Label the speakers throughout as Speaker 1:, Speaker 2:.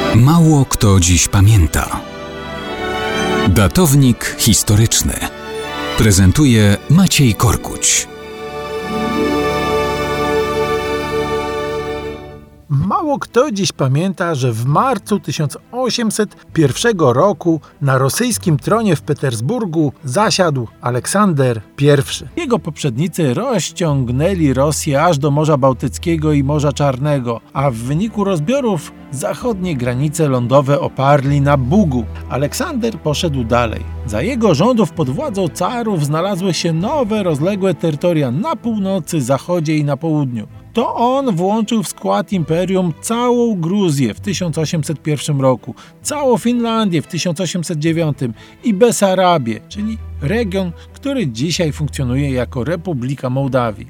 Speaker 1: Mało kto dziś pamięta. Datownik historyczny prezentuje Maciej Korkuć.
Speaker 2: Mało kto dziś pamięta, że w marcu 1801 roku na rosyjskim tronie w Petersburgu zasiadł Aleksander I. Jego poprzednicy rozciągnęli Rosję aż do Morza Bałtyckiego i Morza Czarnego, a w wyniku rozbiorów zachodnie granice lądowe oparli na Bugu. Aleksander poszedł dalej. Za jego rządów pod władzą carów znalazły się nowe, rozległe terytoria na północy, zachodzie i na południu. To on włączył w skład imperium całą Gruzję w 1801 roku, całą Finlandię w 1809 i Besarabię, czyli region, który dzisiaj funkcjonuje jako Republika Mołdawii.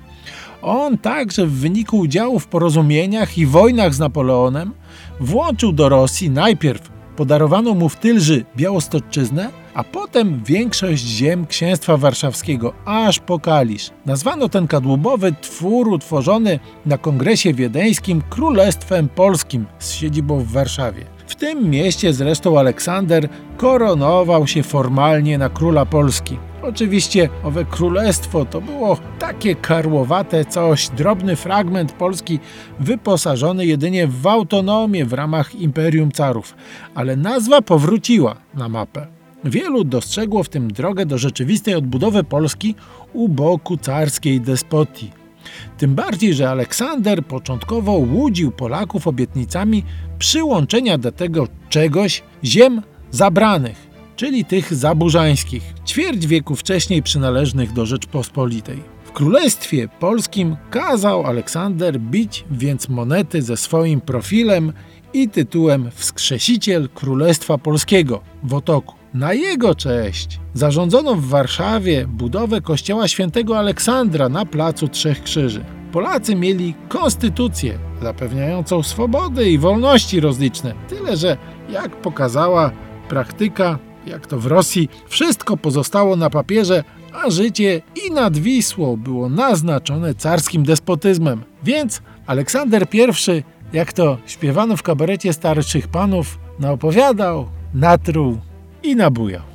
Speaker 2: On także w wyniku udziału w porozumieniach i wojnach z Napoleonem włączył do Rosji najpierw podarowaną mu w Tylży Białostoczczyznę, a potem większość ziem Księstwa Warszawskiego, aż po Kalisz. Nazwano ten kadłubowy twór utworzony na Kongresie Wiedeńskim Królestwem Polskim z siedzibą w Warszawie. W tym mieście zresztą Aleksander koronował się formalnie na króla Polski. Oczywiście owe królestwo to było takie karłowate coś, drobny fragment Polski wyposażony jedynie w autonomię w ramach Imperium Carów, ale nazwa powróciła na mapę. Wielu dostrzegło w tym drogę do rzeczywistej odbudowy Polski u boku carskiej despotii. Tym bardziej, że Aleksander początkowo łudził Polaków obietnicami przyłączenia do tego czegoś ziem zabranych, czyli tych zaburzańskich, ćwierć wieku wcześniej przynależnych do Rzeczpospolitej. W Królestwie Polskim kazał Aleksander bić więc monety ze swoim profilem i tytułem Wskrzesiciel Królestwa Polskiego w Otoku. Na jego cześć zarządzono w Warszawie budowę kościoła świętego Aleksandra na Placu Trzech Krzyży. Polacy mieli konstytucję zapewniającą swobody i wolności rozliczne, tyle że jak pokazała praktyka, jak to w Rosji, wszystko pozostało na papierze, a życie i nad Wisłą było naznaczone carskim despotyzmem. Więc Aleksander I, jak to śpiewano w kabarecie starszych panów, naopowiadał, natruł i nabujał.